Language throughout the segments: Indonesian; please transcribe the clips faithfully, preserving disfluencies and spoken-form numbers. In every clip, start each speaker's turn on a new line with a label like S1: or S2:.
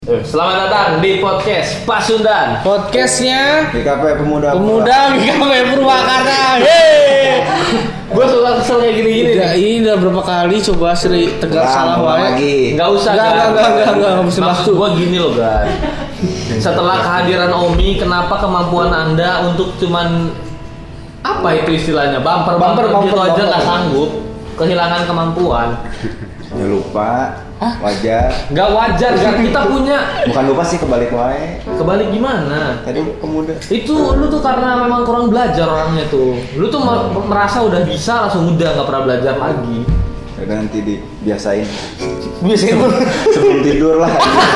S1: Selamat datang di podcast Pasundan.
S2: Podcastnya
S3: G K P Pemuda
S2: Pemuda G K P Purwakarta. Yeay.
S1: Gue suka kesel kayak gini-gini.
S2: Udah ini udah berapa kali coba Sri tegar
S3: Nah,
S2: salah
S3: ngomong
S2: wae.
S3: lagi.
S1: Enggak usah.
S2: Enggak,
S1: Gan.
S2: enggak, enggak, enggak, enggak, enggak bisa
S1: Maksud
S2: waktu.
S1: gue gini loh, Gan. Setelah kehadiran Omi, kenapa kemampuan Anda untuk cuman apa itu istilahnya? Bumper bumper,
S2: Bumper,
S1: gitu
S2: bumper,
S1: aja nggak
S2: bumper.
S1: sanggup. Kehilangan kemampuan.
S3: Ya lupa. Wajar.
S1: Nggak wajar, Gan. Kita punya.
S3: Bukan lupa sih, kebalik wae.
S1: Kebalik gimana?
S3: Tadi pemuda.
S1: Itu lu tuh karena memang kurang belajar orangnya tuh. Lu tuh mer- merasa udah bisa langsung udah nggak pernah belajar lagi.
S3: Udah nanti dibiasain.
S2: Biasanya
S3: Sebelum tidur lah.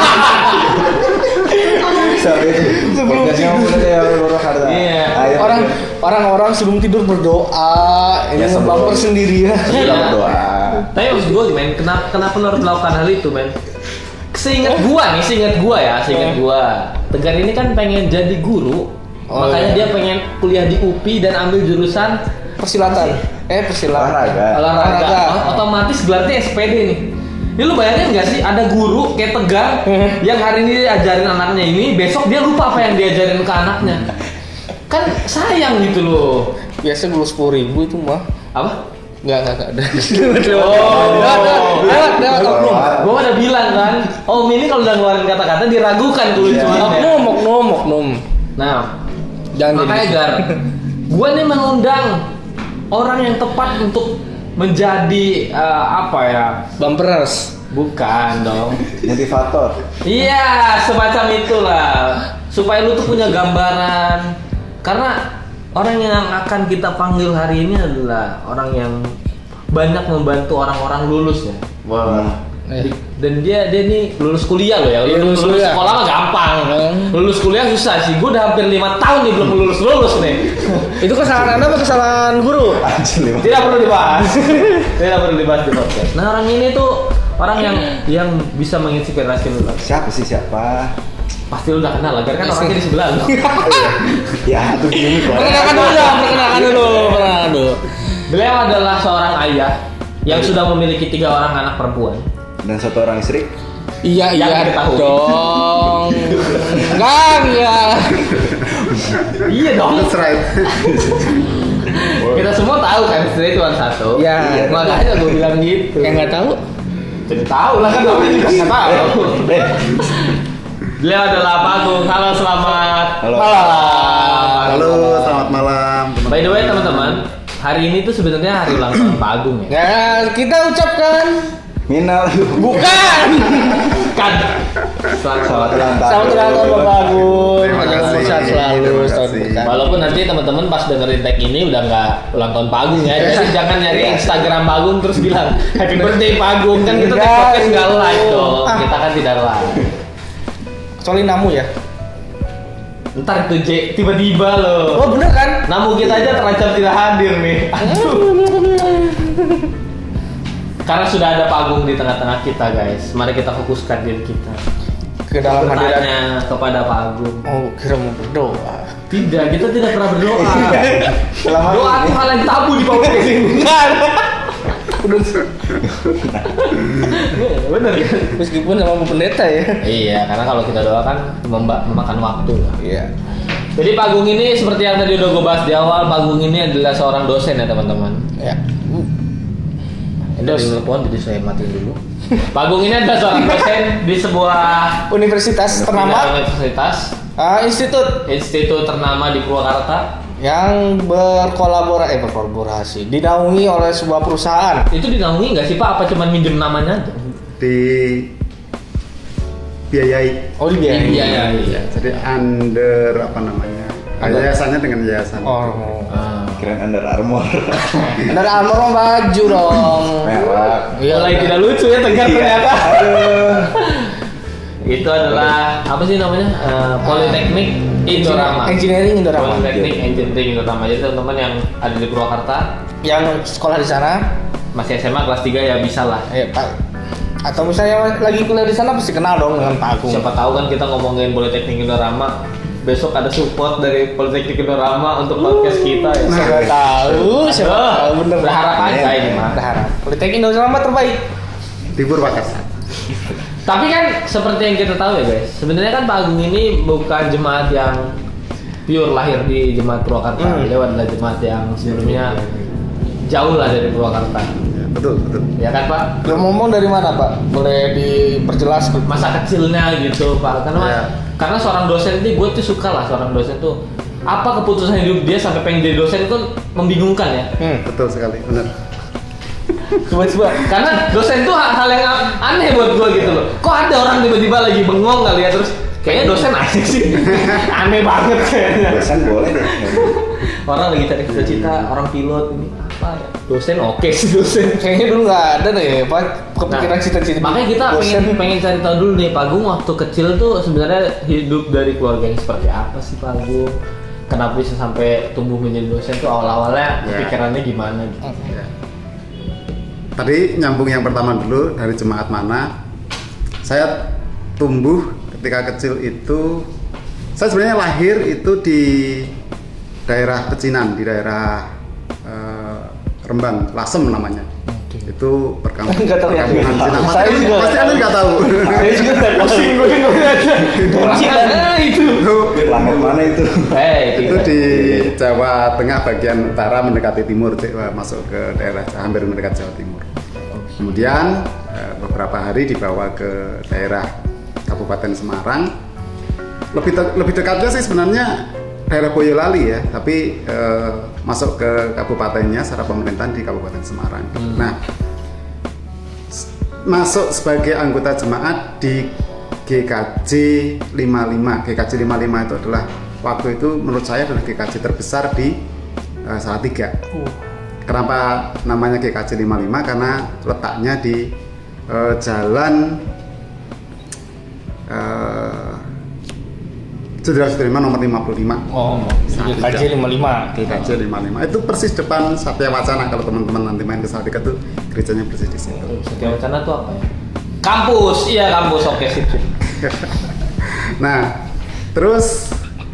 S3: Sampai
S2: Sebelum
S3: podcastnya pemuda ya Purwakarta.
S1: Iya.
S3: Ayo,
S2: orang
S3: ayo.
S2: orang-orang sebelum tidur berdoa, ini
S3: Ya, sebelum.
S2: bumper sendiri ya.
S3: Kita berdoa.
S1: Tapi maksud gue men, kenapa kenapa lo harus melakukan hal itu men? Seingat gua nih, seingat gua ya, seingat gua. Tegar ini kan pengen jadi guru,
S2: Oh,
S1: makanya
S2: iya.
S1: dia pengen kuliah di U P I dan ambil jurusan
S2: Persilatan. Eh persilatan.
S3: Olahraga.
S1: olahraga.
S2: Olahraga.
S1: O- Otomatis gelarnya S P D nih. Ini lu bayangin nggak sih ada guru kayak Tegar yang hari ini ajarin anaknya ini, besok dia lupa apa yang diajarin ke anaknya. Kan sayang gitu loh.
S2: Biasa dulu sepuluh ribu itu mah.
S1: Apa?
S2: Enggak, enggak, enggak ada.
S1: Oh.
S2: Lewat, lewat, lewat, lewat, oknum.
S1: Gua udah bilang kan, Om ini kalau udah ngeluarin kata-kata diragukan kelucuannya.
S2: Oknum, oknum, oknum.
S1: Nah,
S2: Jangan
S1: makanya
S2: jadi-
S1: Gar, gue nih mengundang orang yang tepat untuk menjadi eh, apa ya?
S2: Bumpers.
S1: Bukan dong.
S3: Motivator.
S1: Iya, semacam itulah. Supaya lu tuh punya gambaran. Karena orang yang akan kita panggil hari ini adalah orang yang banyak membantu orang-orang lulus ya.
S3: Wah.
S2: Eh.
S1: Dan dia dia nih lulus kuliah loh ya.
S2: Iya,
S1: Lulus,
S2: lulus
S1: lulus
S2: kuliah.
S1: sekolah mah gampang.
S2: Hmm.
S1: Lulus kuliah susah sih. Gue udah hampir lima tahun nih belum lulus lulus nih.
S2: Itu kesalahan Anda apa kesalahan guru?
S3: Anjir lima.
S1: Tidak perlu dibahas. Tidak perlu dibahas di podcast. Nah orang ini tuh orang yang yang bisa menginspirasi lu lah.
S3: Siapa sih siapa?
S1: Pasti lu udah kenal lah, kan orangnya di sebelah lu.
S3: Ya, tuh gini kok.
S2: Perkenalkan dulu dong, perkenalkan dulu, perkenalkan dulu.
S1: Beliau adalah seorang ayah yang sudah memiliki tiga orang anak perempuan.
S3: Dan satu orang istri.
S2: Iya,
S1: Yang
S2: iya
S1: diketahui.
S2: dong. Enggak, enggak.
S1: Iya dong.
S3: That's right.
S1: Kita semua tahu kan istri cuma satu.
S2: Ya.
S1: Makanya gue bilang gitu.
S2: Yang enggak tahu.
S1: Jadi tahu lah kan namanya juga nggak tahu. Beliau adalah Pak Agung. Halo, selamat
S3: Halo.
S1: malam.
S4: Halo, selamat malam.
S1: By the way teman-teman, hari ini tuh sebenarnya hari ulang tahun Pak Agung ya.
S2: Ya, kita ucapkan
S3: Minal.
S2: bukan.
S1: Kan. Selamat
S3: Selamat ulang tahun.
S2: Selamat ulang tahun Bapak Agung.
S4: Terima
S2: Panjang
S4: kasih.
S2: umur sehat selalu.
S4: Terima
S2: Tahun
S4: kasih.
S2: berkah.
S1: Walaupun nanti teman-teman pas dengerin tag ini udah nggak ulang tahun Pak Agung ya, jadi jangan nyari Instagram Pak Agung terus bilang Happy Birthday Pak Agung, kan kita tag
S2: Enggak,
S1: podcast nggak live
S2: itu.
S1: dong,
S2: Ah.
S1: kita kan tidak live.
S2: Kecuali namu ya.
S1: Ntar itu J, tiba-tiba loh.
S2: Oh, bener kan?
S1: Namu kita aja terancam tidak hadir nih. Karena sudah ada Pak Agung di tengah-tengah kita guys, mari kita fokuskan diri kita.
S2: Ke dalam hadirat.
S1: Bertanya kepada Pak Agung.
S2: Oh, kira mau berdoa.
S1: Tidak, kita tidak pernah berdoa.
S3: Selama
S1: Doa
S3: ini.
S1: itu hal yang tabu di podcast ini.
S2: Udah
S1: Bener kan?
S2: meskipun sama Bu Pendeta ya.
S1: Iya, karena kalau kita doa kan memba- memakan waktu lah.
S2: Iya.
S1: Jadi Pak Agung ini seperti yang tadi udah gue bahas di awal, Pak Agung ini adalah seorang dosen ya teman-teman.
S2: Ya.
S1: Ini dari telepon, jadi saya matiin dulu. Pak Agung ini adalah seorang dosen di sebuah
S2: Universitas ternama,
S1: universitas,
S2: ah, institut
S1: institut ternama di Purwakarta.
S2: yang berkolaborasi, eh berkolaborasi, dinaungi oleh sebuah perusahaan.
S1: Itu dinaungi nggak sih Pak? Apa cuma minjem namanya aja?
S4: Di biayai.
S2: Oh, dibiayai.
S1: Iya, iya, iya.
S4: Jadi under apa namanya? Yayasannya dengan yayasan.
S2: Oh.
S1: Ah.
S3: Keren Under Armour.
S2: Ada armor sama baju dong.
S3: Merah.
S2: Iya,
S1: Mulai
S2: iya.
S1: tidak lucu ya Tegar
S3: Iya.
S1: ternyata.
S3: Aduh.
S1: Itu adalah apa sih namanya? Eh, Politeknik Indorama.
S2: Engineering Indorama.
S1: Politeknik Engineering Indorama. Jadi teman-teman yang ada di Purwakarta
S2: Yang sekolah di sana,
S1: masih S M A kelas tiga ya bisa lah.
S2: eh Pak. Atau misalnya lagi kuliah di sana pasti kenal dong dengan Pak Agung.
S1: Siapa tahu kan kita ngomongin Politeknik Indorama, besok ada support dari Politeknik Indorama untuk podcast kita ya.
S2: Siapa tahu, siapa
S1: Aduh,
S2: tahu bener.
S1: berharap aja ini mah.
S2: Berharap. Politeknik Indorama terbaik.
S4: Di Purwakarta.
S1: Tapi kan seperti yang kita tahu ya guys, sebenarnya kan Pak Agung ini bukan jemaat yang pure lahir di jemaat Purwakarta.
S2: Hmm.
S1: Beliau adalah jemaat yang sebelumnya jauh lah dari Purwakarta.
S4: Ya, betul betul.
S1: Ya kan Pak?
S2: Lo ngomong dari mana Pak? Boleh diperjelas?
S1: Masa kecilnya gitu Pak. Karena
S4: Ya.
S1: karena seorang dosen ini gue tuh suka lah seorang dosen tuh apa keputusan hidup dia sampai pengen jadi dosen itu membingungkan ya.
S2: Hmm.
S4: Betul sekali, benar.
S2: Coba-coba.
S1: Karena dosen tuh hal yang aneh buat gue gitu loh. Kok ada orang tiba-tiba lagi bengong kali ya terus kayaknya dosen asik sih. Aneh banget kayaknya.
S3: Dosen boleh deh.
S1: Orang lagi cari cita-cita orang pilot ini apa ya? Dosen oke sih dosen.
S2: Kayaknya dulu nggak ada deh Pak kepikiran
S1: Nah,
S2: cita-cita.
S1: makanya kita
S2: dosen.
S1: pengen pengen cari tahu dulu nih Pak Agung waktu kecil tuh sebenarnya hidup dari keluarga yang seperti apa sih Pak Agung? Kenapa bisa sampai tumbuh menjadi dosen tuh awal-awalnya
S4: Ya.
S1: kepikirannya gimana gitu?
S4: Ya. Tadi nyambung yang pertama dulu dari jemaat mana. Saya tumbuh ketika kecil itu, saya sebenarnya lahir itu di daerah Pecinan, di daerah eh, Rembang, Lasem namanya. Itu perkampungan
S2: Nggak tahu ya.
S4: perkampungan Cina. Pasti
S2: Saya
S4: anu-
S2: juga
S4: pasti
S2: nggak
S4: anu nggak tahu.
S2: Saya juga nggak tahu.
S1: Pusing gue dengerin itu.
S4: Itu
S3: Planet mana itu?
S1: Hei,
S4: itu di Jawa Tengah bagian utara mendekati timur, Jawa, masuk ke daerah hampir mendekati Jawa Timur. Kemudian eh, beberapa hari dibawa ke daerah Kabupaten Semarang. Lebih te- lebih dekatnya sih sebenarnya daerah Boyolali ya, tapi eh, masuk ke kabupatennya secara pemerintahan di Kabupaten Semarang. Nah, s- masuk sebagai anggota jemaat di G K J lima puluh lima. G K J lima puluh lima itu adalah waktu itu menurut saya adalah G K J terbesar di uh, Salatiga. Kenapa namanya G K J lima puluh lima? Karena letaknya di uh, jalan uh, Jenderal Sudirman nomor lima puluh lima.
S2: Oh, G K J lima puluh lima.
S4: G K J lima puluh lima itu persis depan Satya Wacana. Kalau teman-teman nanti main ke Salatiga tuh gerejanya persis di situ.
S1: Satya Wacana tuh apa ya? Kampus, iya kampus, oke sip. sip.
S4: Nah, terus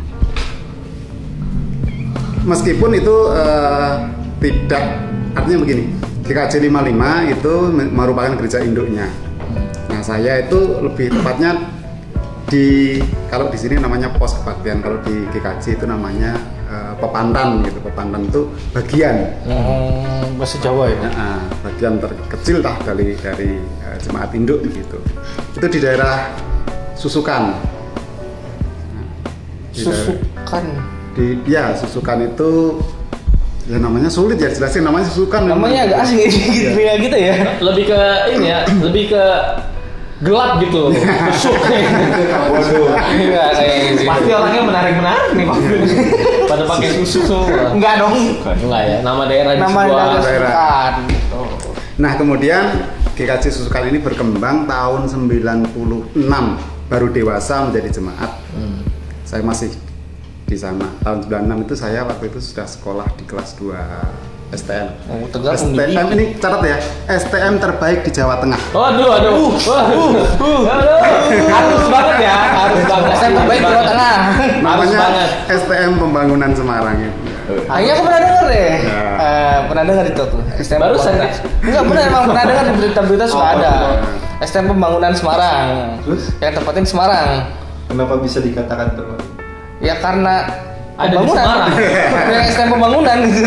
S4: meskipun itu eh, tidak, artinya begini, G K J lima puluh lima itu merupakan gereja induknya. Nah, saya itu lebih tepatnya di, kalau di sini namanya pos kebaktian, kalau di G K J itu namanya eh, pepantan gitu. Pepantan itu bagian.
S2: Hmm, bahasa Jawa ya.
S4: Nah, bagian terkecil lah dari dari uh, jemaat induk gitu. Itu di daerah Susukan. Nah, di daerah-
S2: Susukan.
S4: di ya Susukan itu ya namanya sulit ya jelasin, namanya Susukan.
S2: Namanya agak asing ya gitu ya gitu ya.
S1: Lebih ke ini ya, lebih ke gelap gitu. Tusuk.
S3: Waduh.
S2: Enggak kayak gitu.
S1: Pasti orangnya menarik-menarik nih Pak. Pada pakai susu semua.
S2: Enggak dong.
S1: Enggak ya, nama daerah di
S2: Nama
S1: sebuah
S2: daerah
S4: daerah.
S2: Susukan.
S4: Nah, kemudian G K J Susukan ini berkembang tahun sembilan puluh enam, baru dewasa menjadi jemaat.
S1: Hmm.
S4: Saya masih di sana. Tahun sembilan puluh enam itu saya waktu itu sudah sekolah di kelas dua S T M.
S2: Oh, Tegal
S4: S T M
S2: Undip.
S4: ini catat ya, S T M terbaik di Jawa Tengah.
S1: Waduh, aduh. Waduh. Aduh. Harus banget ya, harus banget.
S2: Saya terbaik Jawa Tengah.
S1: Harus
S4: Namanya
S1: banget.
S4: S T M Pembangunan Semarang itu.
S2: Kayaknya aku pernah denger deh.
S4: Ya.
S2: Eh, pernah dengar itu tuh. S T M
S1: Barusan,
S2: Pembangunan.
S1: kan?
S2: Enggak benar, emang pernah dengar di berita-berita sudah
S3: Oh,
S2: ada.
S4: oh.
S2: S T M Pembangunan Semarang.
S3: Terus?
S2: Yang tempatnya di Semarang.
S3: Kenapa bisa dikatakan teman?
S2: Ya karena
S1: Ada di Semarang.
S2: Yang S T M Pembangunan gitu.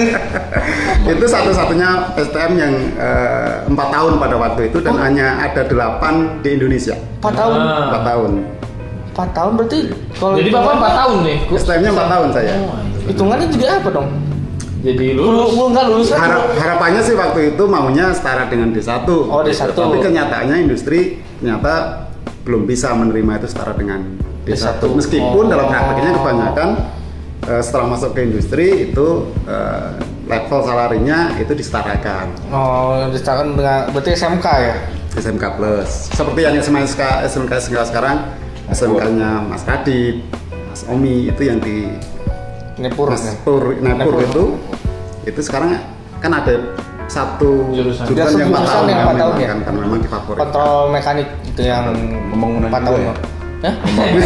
S4: Itu satu-satunya S T M yang eh, empat tahun pada waktu itu dan hanya ada delapan di Indonesia.
S2: empat tahun.
S1: Ah.
S4: Empat tahun.
S2: empat tahun berarti kalau
S1: Jadi
S2: hitungan-
S1: Bapak empat tahun nih.
S4: S T M-nya empat tahun saya.
S2: Hitungannya juga apa dong?
S1: Jadi
S2: Lu
S1: lulus.
S2: lu enggak lulus kan?
S4: Harap, harapannya sih waktu itu maunya setara dengan D satu.
S2: Oh, D satu.
S4: Tapi kenyataannya industri ternyata belum bisa menerima itu setara dengan D satu.
S2: D satu.
S4: Meskipun
S2: Oh.
S4: dalam prakteknya kebanyakan eh, setelah masuk ke industri itu eh, level salarinya itu disetarakan.
S2: Oh, disetarakan dengan berarti S M K ya?
S4: S M K plus. Seperti yang S M K S M K sekarang, S M K-nya Mas Radit, Mas Omi itu yang di
S2: Nepur.
S4: Mas
S2: ya?
S4: Pur, Nepur
S2: Nepur.
S4: itu itu sekarang kan ada satu
S1: Jurusan.
S4: jurusan
S2: Ada
S4: yang empat
S2: jurusan
S4: tahun
S2: yang
S4: kan,
S2: empat tahun
S4: memang
S2: ya?
S4: kan, kan memang difavorit.
S2: Kontrol mekanik itu yang
S3: Pembangunan
S2: empat
S3: juga
S2: tahun.
S3: ya?
S2: Hah?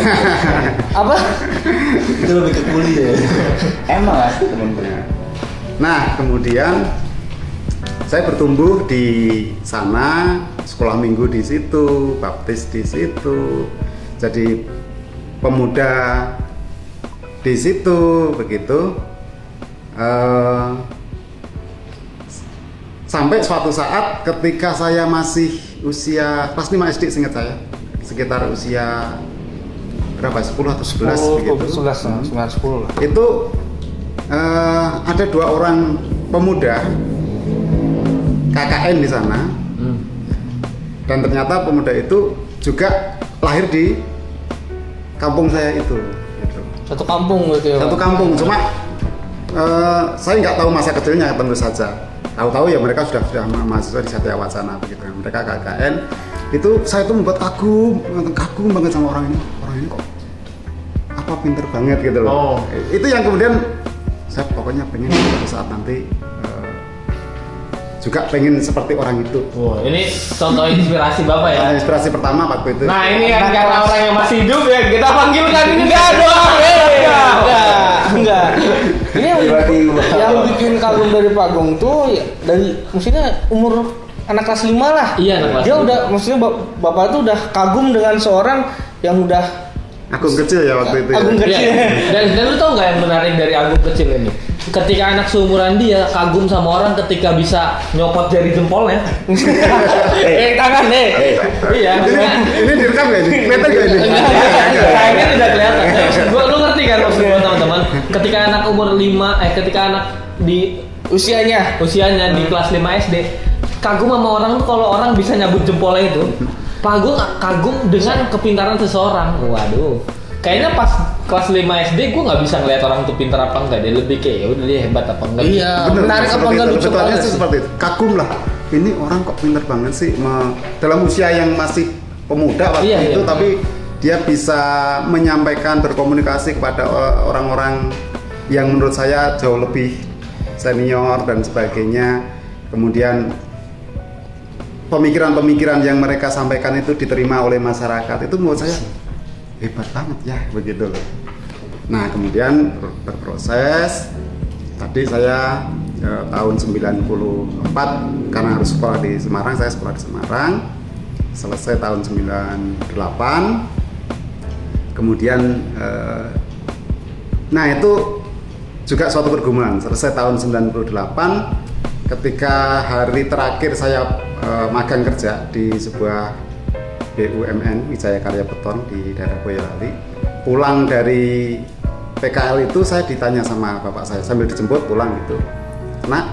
S2: Apa?
S3: Itu lebih ke kuliah ya. Emang lah teman-teman.
S4: Nah, kemudian saya bertumbuh di sana sekolah minggu di situ, baptis di situ, jadi pemuda di situ begitu. Uh, sampai suatu saat ketika saya masih usia kelas lima S D, seingat saya sekitar usia berapa, sepuluh atau sebelas begitu.
S2: sebelas, sembilan, sepuluh lah.
S4: Itu uh, ada dua orang pemuda K K N di sana. Hmm. Dan ternyata pemuda itu juga lahir di kampung saya itu gitu.
S2: Satu kampung gitu ya.
S4: Satu kampung, cuma uh, saya nggak tahu masa kecilnya tentu saja. Tahu-tahu ya mereka sudah sudah mahasiswa di Satya Wacana begitu. Mereka K K N. Itu saya tuh membuat kagum, kagum banget sama orang ini. Orang ini kok apa pinter banget gitu loh. Oh. Itu yang kemudian saya pokoknya pengen suatu saat nanti uh, juga pengen seperti orang itu.
S1: Wow, ini contoh inspirasi Bapak ya.
S4: Inspirasi pertama waktu itu.
S1: Nah, ini yang karena orang yang masih hidup ya kita panggilkan ini enggak doang. Enggak, enggak. Enggak.
S2: Ini yang, yang bikin kagum dari Pak Agung tuh ya, dari maksudnya umur anak kelas lima lah.
S1: Iya, anak kelas
S2: Dia
S1: lima.
S2: udah maksudnya Bapak tuh udah kagum dengan seorang yang udah
S4: Agung kecil ya waktu itu.
S2: Agung
S4: ya.
S2: kecil.
S1: Ya. Dan dan lu tau nggak yang menarik dari Agung kecil ini? Ketika anak seumuran dia kagum sama orang ketika bisa nyopot jari jempolnya. eh tangan deh. Iya.
S4: Ini, ini direkam nggak ini? Kelihatan nggak ini?
S1: Kayaknya tidak kelihatan. Gua lu ngerti kan maksud gua teman-teman? Ketika anak umur lima, eh ketika anak di
S2: usianya
S1: usianya di kelas lima S D kagum sama orang tuh kalau orang bisa nyabut jempolnya itu. Pak Agung kagum dengan kepintaran seseorang. Waduh. Kayaknya pas kelas lima S D gue nggak bisa ngeliat orang tuh pintar apa enggak, dia lebih kayak ya udah dia hebat apa enggak.
S2: Iya,
S4: bener,
S2: menarik apa enggak, lucu
S4: sebetulnya
S2: banget
S4: sih seperti itu. Kagum lah. Ini orang kok pintar banget sih me, dalam usia yang masih pemuda waktu
S1: iya,
S4: itu
S1: iya.
S4: Tapi dia bisa menyampaikan, berkomunikasi kepada orang-orang yang menurut saya jauh lebih senior dan sebagainya. Kemudian pemikiran-pemikiran yang mereka sampaikan itu diterima oleh masyarakat, itu menurut saya hebat banget ya begitu loh. Nah kemudian berproses. Tadi saya eh, tahun sembilan puluh empat karena harus sekolah di Semarang, saya sekolah di Semarang. Selesai tahun sembilan puluh delapan. Kemudian eh, nah itu juga suatu pergumulan. Selesai tahun sembilan puluh delapan ketika hari terakhir saya uh, magang kerja di sebuah B U M N Wijaya Karya Beton di daerah Boyolali. Pulang dari P K L itu saya ditanya sama bapak saya sambil dijemput pulang gitu. Nak,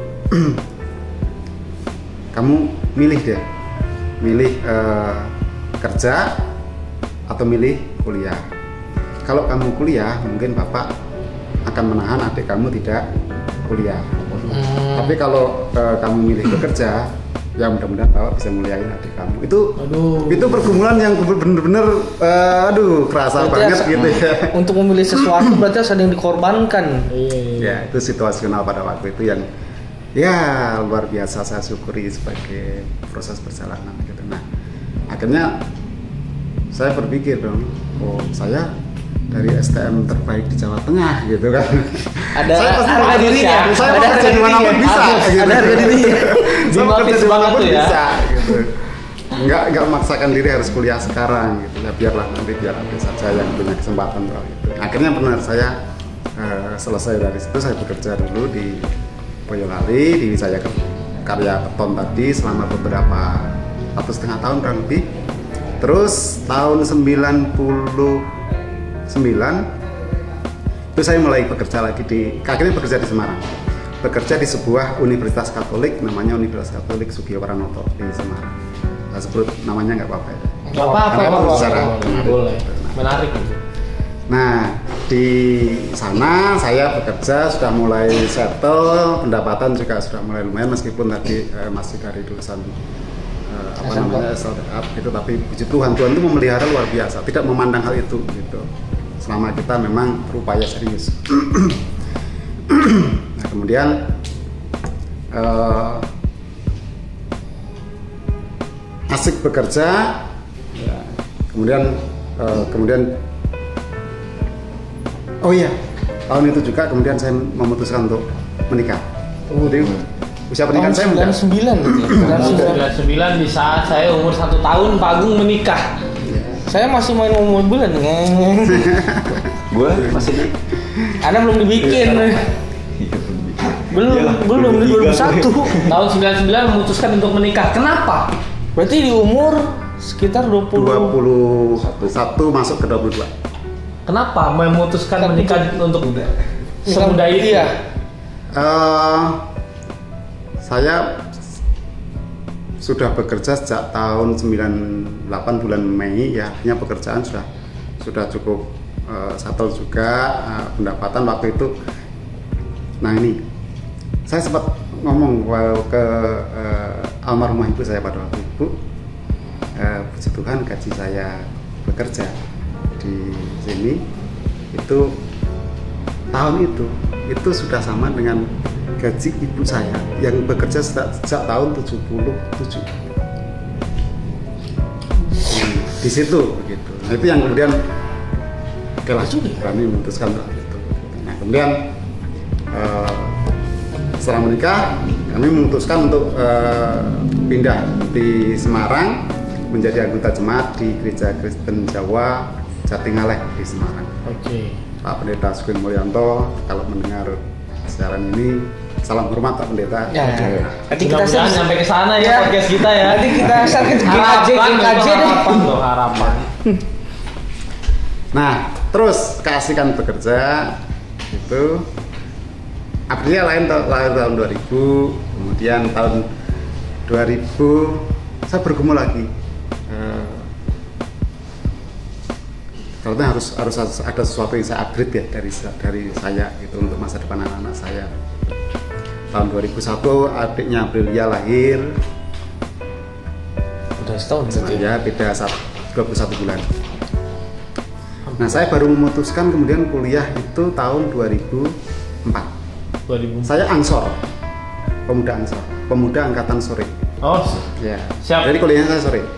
S4: kamu milih deh, milih uh, kerja atau milih kuliah. Kalau kamu kuliah mungkin bapak akan menahan adik kamu tidak kuliah. Hmm. Tapi kalau uh, kamu milih bekerja, ya mudah-mudahan bapak bisa muliain adik kamu. Itu, aduh. Itu pergumulan yang benar-benar, uh, aduh, kerasa berarti banget gitu ya.
S2: Untuk memilih sesuatu berarti harus ada yang dikorbankan.
S4: Ya, itu situasional pada waktu itu yang, ya luar biasa saya syukuri sebagai proses perjalanan gitu. Nah, akhirnya saya berpikir dong, oh saya dari S T M terbaik di Jawa Tengah gitu kan.
S2: Ada
S4: saya pasti
S2: harga dirinya.
S4: Saya
S2: ada
S4: mau kerja di mana pun bisa.
S2: Harus,
S4: gitu.
S2: Ada harga dirinya.
S4: Saya mau kerja di mana pun
S1: ya.
S4: bisa. Gitu. Enggak enggak memaksakan diri harus kuliah sekarang gitu. Ya biarlah nanti biar ada saja yang punya kesempatan soal itu. Akhirnya benar saya uh, selesai dari situ saya bekerja dulu di Boyolali di Wijaya Karya Beton tadi selama beberapa satu setengah tahun kurang lebih. Terus tahun sembilan puluh sembilan itu saya mulai bekerja lagi di akhirnya bekerja di Semarang, bekerja di sebuah universitas Katolik namanya Universitas Katolik Sugio Pranoto di Semarang. Saya sebut namanya nggak apa-apa ya?
S1: Nggak apa-apa,
S4: nggak apa-apa secara
S1: boleh, menarik gitu.
S4: Nah di sana saya bekerja sudah mulai settle, pendapatan juga sudah mulai lumayan meskipun tadi eh, masih dari lulusan eh, apa namanya S L T up gitu, tapi puji Tuhan Tuhan itu memelihara luar biasa, tidak memandang hal itu gitu. Selama kita memang berupaya serius. Nah kemudian uh, asik bekerja, ya. kemudian uh, kemudian oh iya tahun itu juga kemudian saya memutuskan untuk menikah. Jadi usia pernikahan saya muda.
S2: sembilan sembilan gitu ya. sembilan sembilan.
S1: sembilan puluh sembilan di saat saya umur satu tahun, Pak Agung menikah.
S2: Saya masih main mobil-mobilan.
S3: Gue masih di
S2: Anda belum dibikin. Belum,
S3: Iyalah,
S2: belum di dua ribu satu.
S1: Tahun sembilan puluh sembilan memutuskan untuk menikah. Kenapa?
S2: Berarti di umur sekitar dua puluh.
S4: dua puluh satu masuk ke dua puluh dua.
S1: Kenapa memutuskan menikah untuk semudah
S2: Nikah-
S1: itu?
S2: Iya.
S4: Eh, saya sudah bekerja sejak tahun sembilan puluh delapan bulan Mei, ya artinya pekerjaan sudah sudah cukup uh, settle juga, uh, pendapatan waktu itu. Nah ini saya sempat ngomong ke uh, almarhumah ibu saya pada waktu itu, uh, puji Tuhan gaji saya bekerja di sini itu tahun itu itu sudah sama dengan gaji ibu saya yang bekerja sejak, sejak tahun tujuh puluh tujuh. Hmm, di situ begitu. Nah, itu yang kemudian oke lah, kami memutuskan untuk itu. Nah, kemudian uh, setelah menikah kami memutuskan untuk uh, pindah di Semarang menjadi anggota jemaat di Gereja Kristen Jawa Jatingaleh di Semarang.
S1: Oke.
S4: Pak Pendeta Sugeng Mulyanto kalau mendengar siaran ini, salam hormat Pak Pendeta.
S2: Ya. Nanti kita
S1: Mudah-mudahan
S2: share-
S1: sampai ke sana ya,
S2: Ya.
S1: podcast kita ya.
S2: Nanti kita share ke G K J,
S1: Harapan,
S2: G K J
S1: itu
S2: deh.
S1: harapan tuh, harapan.
S4: Nah, terus keasikan bekerja itu Aprilia lain ta- lahir tahun dua ribu, kemudian tahun dua ribu saya bergumul lagi. Eh, Karena harus harus ada sesuatu yang saya upgrade ya dari dari saya gitu untuk masa depan anak-anak saya. Tahun dua ribu satu adiknya Aprilia lahir.
S2: Udah setahun berarti.
S4: Ya, beda sat- dua puluh satu bulan. Nah, saya baru memutuskan kemudian kuliah itu tahun dua ribu empat.
S1: dua ribu.
S4: Saya Ansor, pemuda Ansor, pemuda angkatan sore.
S1: Oh,
S4: Ya.
S1: Siap.
S4: Jadi kuliahnya saya sore.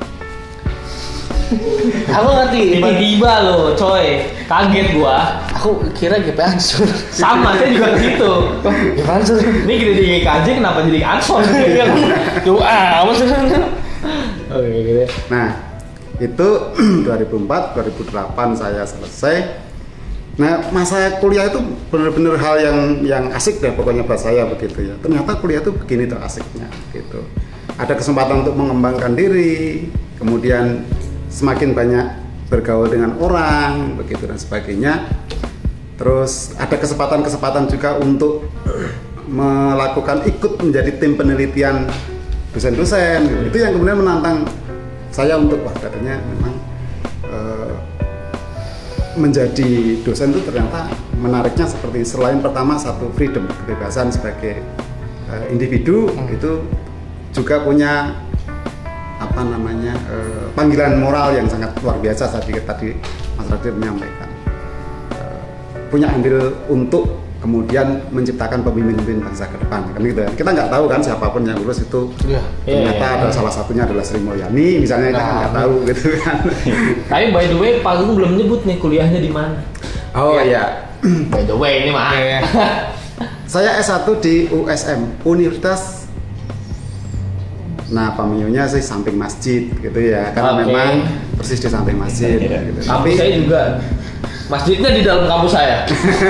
S2: Aku ngerti.
S1: tiba-tiba loh, coy. Kaget gua.
S2: Aku kira G P Ansur.
S1: Sama, saya juga gitu.
S2: G P Ansur.
S1: Ini kita di G K J kenapa jadi ansor?
S2: Tuh ah, maksud
S1: Oke, gitu.
S4: Nah, itu dua ribu empat, dua ribu delapan saya selesai. Nah, masa kuliah itu benar-benar hal yang yang asik deh pokoknya buat saya begitu ya. Ternyata kuliah itu begini tuh asiknya gitu. Ada kesempatan untuk mengembangkan diri, kemudian semakin banyak bergaul dengan orang begitu dan sebagainya. Terus ada kesempatan-kesempatan juga untuk melakukan ikut menjadi tim penelitian dosen-dosen gitu. Itu yang kemudian menantang saya untuk wah katanya memang eh, menjadi dosen itu ternyata menariknya seperti selain pertama satu freedom, kebebasan sebagai eh, individu hmm. itu juga punya apa namanya eh, panggilan moral yang sangat luar biasa. Tadi tadi Mas Radit menyampaikan eh, punya andil untuk kemudian menciptakan pemimpin-pemimpin bangsa ke depan kan gitu. Kita nggak tahu kan siapapun yang lulus itu
S2: Iya.
S4: ternyata
S1: Iya, iya,
S4: ada
S1: iya.
S4: salah satunya adalah Sri Mulyani misalnya, kita kan
S2: Nah,
S4: nggak tahu gitu kan.
S1: Tapi by the way, Pak Agung belum nyebut nih kuliahnya di mana.
S4: Oh iya.
S1: By the way, ini mah.
S2: Iya.
S4: Saya S satu di U S M, Universitas. Nah, pamiyunya sih samping masjid gitu ya, karena
S1: Oke.
S4: memang persis di samping masjid. Gitu.
S1: Kampus saya juga. Masjidnya di dalam kampus saya.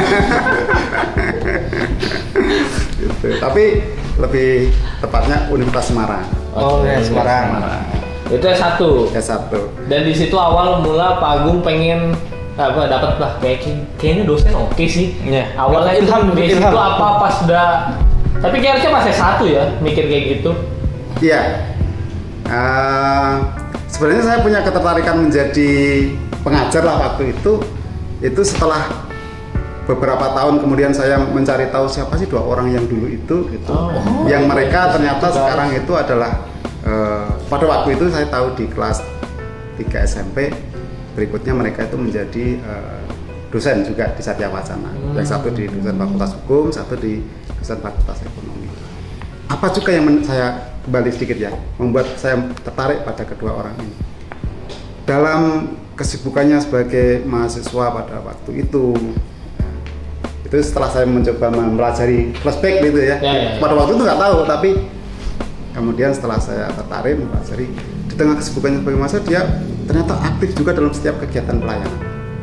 S4: Gitu. Tapi lebih tepatnya Universitas Semarang.
S2: Oh, ya, Semarang.
S1: Itu S satu.
S4: S satu.
S1: Dan di situ awal mula Pak Agung pengen apa dapat lah kayak kayaknya dosen oke sih.
S2: Iya.
S1: Awalnya itu
S2: Ilham,
S1: di
S2: ilham.
S1: situ apa pas udah tapi kayaknya pas S satu ya mikir kayak gitu.
S4: Iya. Uh, sebenarnya saya punya ketertarikan menjadi pengajar lah waktu itu. Itu setelah beberapa tahun kemudian saya mencari tahu siapa sih dua orang yang dulu itu gitu.
S1: Oh.
S4: Yang mereka ternyata sekarang itu adalah uh, pada waktu itu saya tahu di kelas tiga S M P berikutnya mereka itu menjadi uh, dosen juga di Satya Wacana.
S1: Hmm.
S4: Yang satu di dosen Fakultas Hukum, satu di dosen Fakultas Ekonomi. Apa juga yang men- saya kembali sedikit ya, membuat saya tertarik pada kedua orang ini. Dalam kesibukannya sebagai mahasiswa pada waktu itu, itu Itu setelah saya mencoba mempelajari flashback gitu ya.
S1: Ya, ya, ya.
S4: Pada waktu itu nggak tahu, tapi kemudian setelah saya tertarik mempelajari di tengah kesibukannya sebagai mahasiswa, dia ternyata aktif juga dalam setiap kegiatan pelayanan.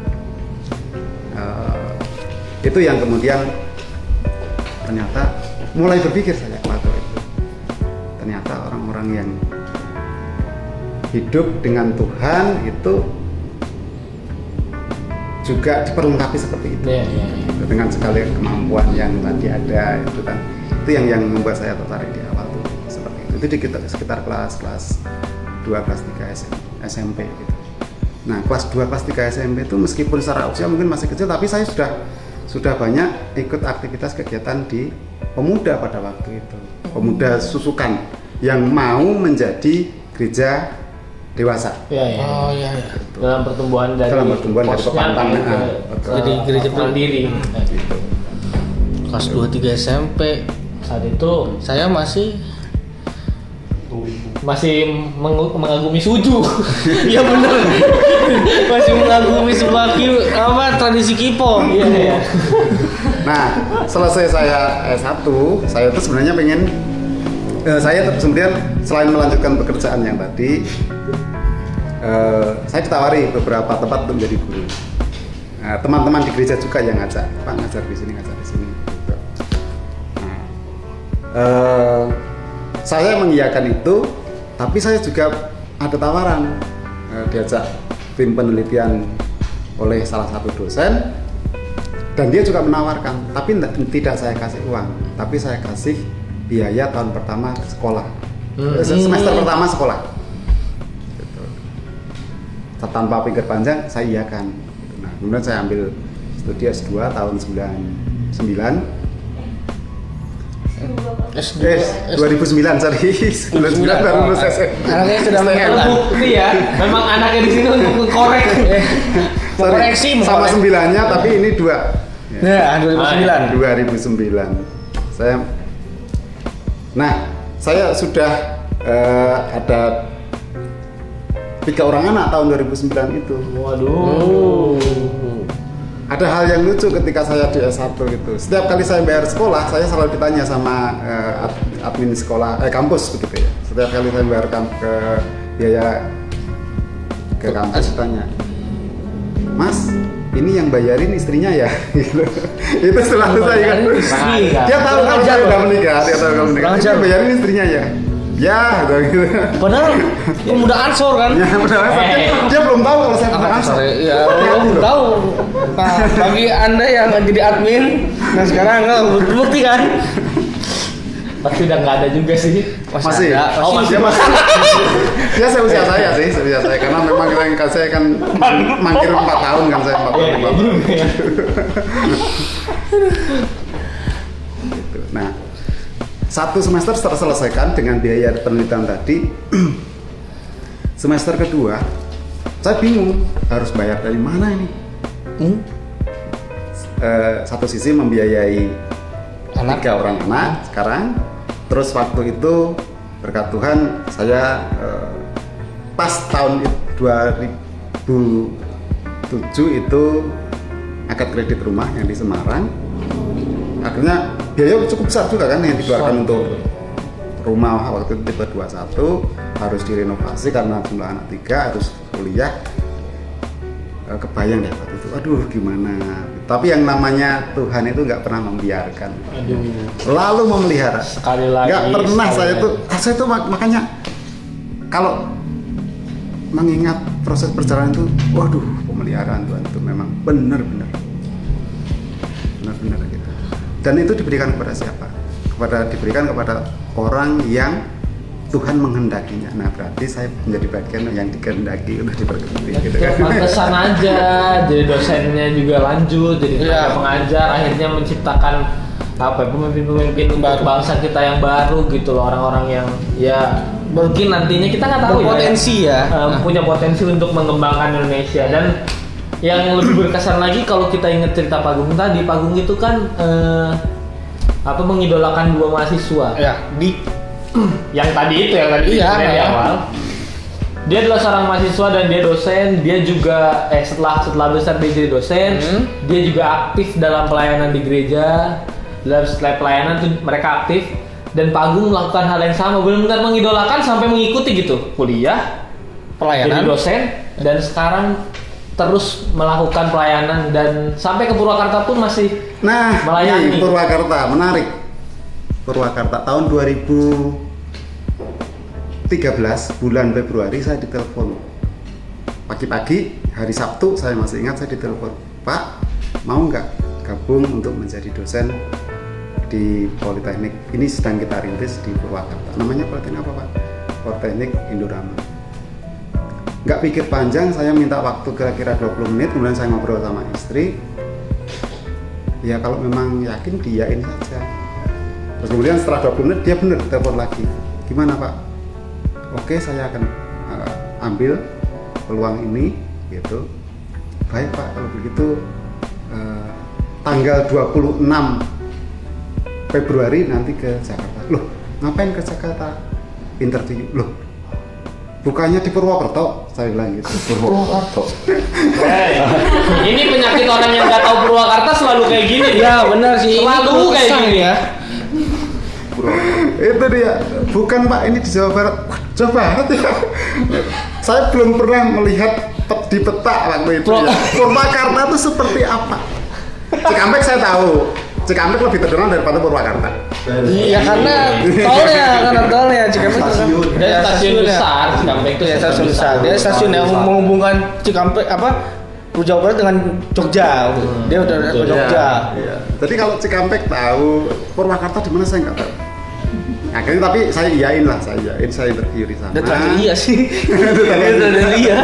S4: Uh, itu yang kemudian ternyata mulai berpikir saya waktu itu. Ternyata orang-orang yang hidup dengan Tuhan itu juga diperlengkapi seperti itu.
S1: Ya, ya, ya.
S4: Dengan segala kemampuan yang tadi ada itu kan, itu yang yang membuat saya tertarik di awal tuh seperti itu. Itu di sekitar, sekitar kelas kelas dua kelas tiga S M P gitu. Nah, kelas dua kelas tiga S M P itu meskipun secara usia mungkin masih kecil, tapi saya sudah sudah banyak ikut aktivitas kegiatan di pemuda pada waktu itu. Pemuda susukan yang mau menjadi gereja dewasa.
S1: Ya, ya.
S2: Oh iya iya.
S1: Dalam pertumbuhan dari
S4: Dalam pertumbuhan dari
S1: posnya
S4: pepantang,
S1: ke-
S4: nah,
S1: ke
S2: Jadi gereja
S1: mandiri. Nah,
S4: Gitu.
S2: Kelas dua tiga S M P
S1: saat itu
S2: saya masih
S1: masih mengu- mengagumi suju.
S2: iya bener masih mengagumi sebuah ki- apa tradisi kipo.
S1: Iya, iya.
S4: Nah, selesai saya S satu, saya tuh sebenarnya pengen eh, saya tuh kemudian selain melanjutkan pekerjaan yang tadi, eh, saya ditawari beberapa tempat untuk menjadi guru. Nah, teman-teman di gereja juga yang ngajak, Pak ngajar di sini, ngajar di sini. Gitu. Nah, eh, saya mengiyakan itu, tapi saya juga ada tawaran eh, diajak tim penelitian oleh salah satu dosen. Dan dia juga menawarkan, tapi n- tidak saya kasih uang, tapi saya kasih biaya tahun pertama sekolah,
S1: Hmm.
S4: Eh, semester pertama sekolah. Gitu. Tanpa pikir panjang, saya iakan. Gitu. Nah, kemudian saya ambil studi S dua tahun sembilan puluh sembilan.
S2: S dua
S4: Eh, dua ribu sembilan, sorry, sembilan puluh sembilan baru lulus S M.
S2: Anaknya sudah mengelan.
S1: Terbukti ya, memang anaknya di sini untuk mengkorek.
S2: Mau
S4: Sorry,
S2: koreksi, mau
S4: sama
S2: koreksi.
S4: sembilannya, tapi ini dua.
S2: Ya, dua ribu sembilan.
S4: dua ribu sembilan. Saya Nah, saya sudah eh, ada tiga orang anak tahun dua ribu sembilan itu.
S1: Waduh.
S4: Ada hal yang lucu ketika saya di S satu gitu. Setiap kali saya bayar sekolah, saya selalu ditanya sama eh, ad- admin sekolah, eh kampus begitu ya. Setiap kali saya bayar kam- ke biaya ke kampus ditanya, Mas, ini yang bayarin istrinya ya? Gitu. Itu selalu saya kan.
S2: Bayarin istri.
S4: Dia tahu kalau
S2: Kurang
S4: saya
S2: ajar
S4: udah
S2: loh.
S4: menikah, dia tahu kalau menikah.
S2: Kurang
S4: Ini
S2: ajar.
S4: bayarin istrinya ya? Ya, gitu. gitu.
S2: Padahal pemuda ansor kan.
S4: Ya, benar.
S1: Eh.
S4: Dia belum tahu kalau saya pernah
S2: Ah,
S4: ansor.
S2: sorry. Ya,
S4: Dia
S2: belum
S4: belum.
S2: tahu. Nah, bagi anda yang jadi admin, nah sekarang nggak berbukti kan?
S1: Pasti udah nggak ada juga sih.
S4: Masih?
S2: ada.
S4: Oh, masih. Dia masih. Dia seusia saya sih, seusia saya. Karena memang kita saya kan mangkir empat tahun kan saya empat tahun.
S1: Iya, iya
S4: empat tahun.
S1: juga ya.
S4: Gitu. Nah, satu semester terselesaikan dengan biaya penelitian tadi. Semester kedua, saya bingung harus bayar dari mana ini.
S2: Hmm?
S4: Eh, satu sisi membiayai
S2: Anak.
S4: tiga orang anak sekarang, terus waktu itu berkat Tuhan saya eh, pas tahun it- dua ribu tujuh itu akad kredit rumah yang di Semarang, akhirnya biaya cukup besar juga kan yang dikeluarkan untuk rumah waktu itu tipe dua puluh satu, harus direnovasi karena jumlah anak tiga, harus kuliah. Eh, kebayang deh waktu itu, aduh gimana. Tapi yang namanya Tuhan itu nggak pernah membiarkan,
S1: Aduh.
S4: selalu memelihara.
S1: Sekali lagi.
S4: Nggak pernah
S1: sekali
S4: saya
S1: lagi.
S4: tuh, saya tuh mak- makanya kalau mengingat proses perjalanan itu, waduh pemeliharaan Tuhan itu memang benar-benar, benar-benar gitu. Dan itu diberikan kepada siapa? Kepada diberikan kepada orang yang Tuhan menghendakinya. Nah berarti saya menjadi bagian yang dikehendaki untuk diberkati gitu
S1: Ya,
S4: kan.
S1: pantesan aja jadi dosennya juga lanjut jadi
S2: Iya.
S1: tenaga pengajar, akhirnya menciptakan apa ya, pemimpin-pemimpin untuk
S2: Baru.
S1: bangsa kita yang baru gitu loh, orang-orang yang ya mungkin nantinya kita nggak tahu
S2: Berpotensi
S1: ya,
S2: ya.
S1: eh, punya potensi untuk mengembangkan Indonesia. Dan yang lebih berkesan lagi kalau kita ingat cerita Pak Agung tadi, Pak Agung itu kan eh, apa mengidolakan dua mahasiswa
S2: Ya, di
S1: yang tadi itu yang tadi
S2: Iya,
S1: dari
S2: iya.
S1: awal. Dia adalah seorang mahasiswa dan dia dosen. Dia juga eh setelah setelah besar dia jadi dosen. Hmm. Dia juga aktif dalam pelayanan di gereja. Dalam setelah pelayanan tuh mereka aktif. Dan Pak Agung melakukan hal yang sama, benar-benar mengidolakan sampai mengikuti gitu kuliah, pelayanan, jadi dosen, dan sekarang terus melakukan pelayanan dan sampai ke Purwakarta pun masih
S4: nah,
S1: melayani.
S4: Nah, Purwakarta menarik. Purwakarta tahun dua ribu tiga belas bulan Februari saya ditelepon pagi-pagi hari Sabtu, saya masih ingat, saya ditelepon, Pak mau nggak gabung untuk menjadi dosen di Politeknik ini sedang kita rintis di Purwakarta. Namanya Politeknik apa Pak? Politeknik Indorama. Nggak pikir panjang, saya minta waktu kira-kira dua puluh menit, kemudian saya ngobrol sama istri. Ya kalau memang yakin diain saja. Terus kemudian setelah dua puluh menit dia benar telepon lagi. Gimana Pak? Oke, saya akan uh, ambil peluang ini gitu. Baik Pak, kalau begitu uh, tanggal dua puluh enam Februari nanti ke Jakarta. Loh, ngapain ke Jakarta? Interview. Loh, bukannya di Purwokerto? Saya bilang gitu.
S3: Purwokerto.
S1: Hey, ini penyakit orang yang nggak tahu Purwakarta selalu kayak gini.
S2: Ya benar sih.
S1: Selalu kayak gini ya.
S4: Itu dia. Bukan Pak, ini di Jawa Barat. Wah, Jawa Barat ya. Saya belum pernah melihat di peta waktu itu ya. Purwakarta itu seperti apa? Cikampek saya tahu. Cikampek lebih terkenal daripada Purwakarta.
S2: Iya karena tolnya, karena tolnya Cikampek
S3: stasiun.
S1: Dan
S2: ya,
S1: stasiun besar, Cikampek itu
S2: ya stasiun besar. Dia stasiun yang menghubungkan Cikampek apa Jawa Barat dengan Jogja. Hmm. Dia udah ke Jogja.
S4: Iya. Jadi kalau Cikampek tahu, Purwakarta di mana saya nggak tahu. Akhirnya tapi saya iyain lah, saya iyain, saya interview di sana.
S2: Dan terakhir iya sih.
S4: Itu
S2: terakhir iya.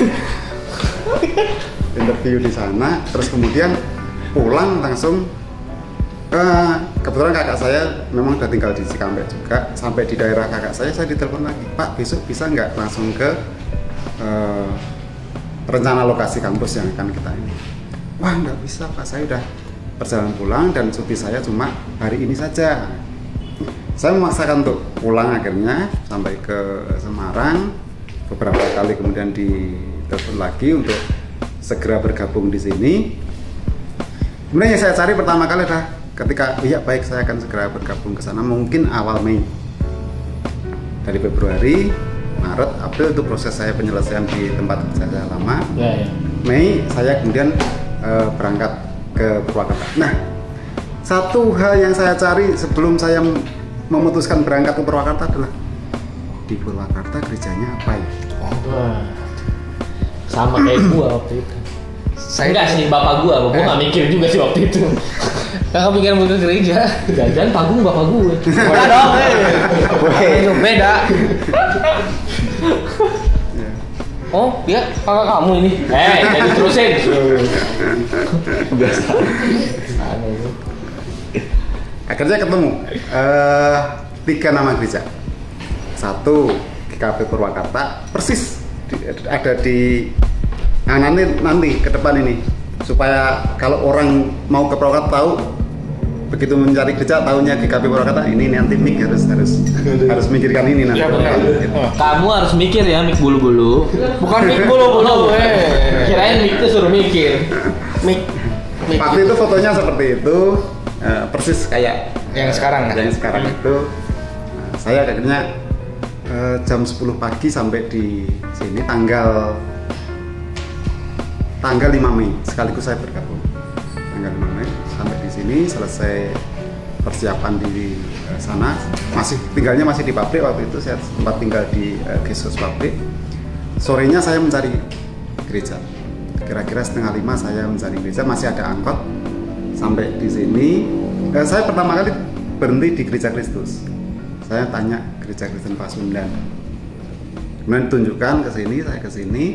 S4: Interview di sana, terus kemudian pulang langsung. Uh, kebetulan kakak saya memang udah tinggal di Cikampek juga. Sampai di daerah kakak saya, saya ditelepon lagi, Pak besok bisa nggak langsung ke uh, rencana lokasi kampus yang akan kita ini. Wah nggak bisa Pak, saya udah perjalanan pulang dan cuti saya cuma hari ini saja. Saya memaksakan untuk pulang akhirnya sampai ke Semarang. Beberapa kali kemudian ditelepon lagi untuk segera bergabung di sini. Kemudian yang saya cari pertama kali adalah ketika iya baik saya akan segera bergabung ke sana mungkin awal Mei. Dari Februari, Maret, April itu proses saya penyelesaian di tempat kerja saya lama. Ya, ya. Mei saya kemudian e, berangkat ke Purwakarta. Nah, satu hal yang saya cari sebelum saya memutuskan berangkat ke Purwakarta adalah di Purwakarta gerejanya apa ya?
S1: Oh. Sama kayak gua waktu itu. Saya enggak sih, bapak gua, gua nggak mikir juga sih waktu itu.
S2: Kakak pikiran mau ke gereja.
S1: Dan Pagung bapak gue.
S2: Beda dong. Itu beda. Oh, dia kakak kamu ini.
S1: Eh, jadi terusin.
S3: Biasa.
S4: Akhirnya ketemu uh, tiga nama gereja. Satu G K P Purwakarta, persis di, ada di nah, nanti nanti ke depan ini supaya kalau orang mau ke Purwakarta tahu begitu mencari gereja tahunya G K P Purwakarta ini nanti mik harus harus harus mikirkan ini nanti. Ya,
S1: gitu. Kamu harus mikir ya mik bulu-bulu. Bukan mik bulu-bulu. Eh. Kirain mik itu suruh mikir. Mik. mik.
S4: Waktu itu fotonya seperti itu uh, persis kayak
S2: yang sekarang kan?
S4: Yang sekarang itu uh, saya akhirnya uh, jam sepuluh pagi sampai di sini tanggal tanggal lima Mei sekaligus saya bergabung. Tanggal lima Mei sampai di sini selesai persiapan di uh, sana, masih tinggalnya masih di pabrik waktu itu, saya sempat tinggal di uh, guest house pabrik. Sorenya saya mencari gereja, kira-kira setengah lima saya mencari gereja, masih ada angkot sampai di sini. Eh, saya pertama kali berhenti di Gereja Kristus, saya tanya Gereja Kristen Pasundan, kemudian tunjukkan ke sini, saya ke sini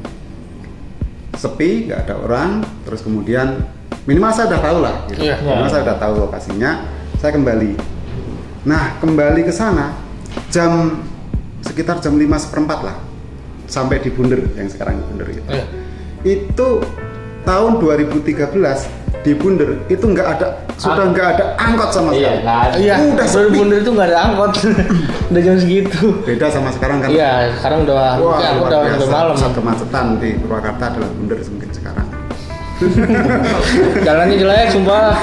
S4: sepi, nggak ada orang, terus kemudian minimal saya udah tahu lah, gitu. yeah, minimal yeah. saya udah tahu lokasinya, saya kembali. Nah kembali ke sana jam sekitar jam lima seperempat lah, sampai di Bunder yang sekarang Bunder itu. Yeah. Itu tahun dua ribu tiga belas di Bunder itu nggak ada, sudah nggak ada angkot sama
S1: Iya,
S4: sekali.
S1: nggak ada.
S2: Iya,
S4: Udah
S2: udah
S4: sepi.
S2: Bunder itu nggak ada angkot. Udah jam segitu.
S4: Beda sama sekarang kan.
S2: Iya, sekarang udah
S4: Wah,
S2: ya,
S4: luar
S2: udah
S4: biasa.
S2: udah malam.
S4: Pusat kemacetan di Purwakarta adalah Bunder mungkin sekarang.
S2: Jalannya jelek sumpah.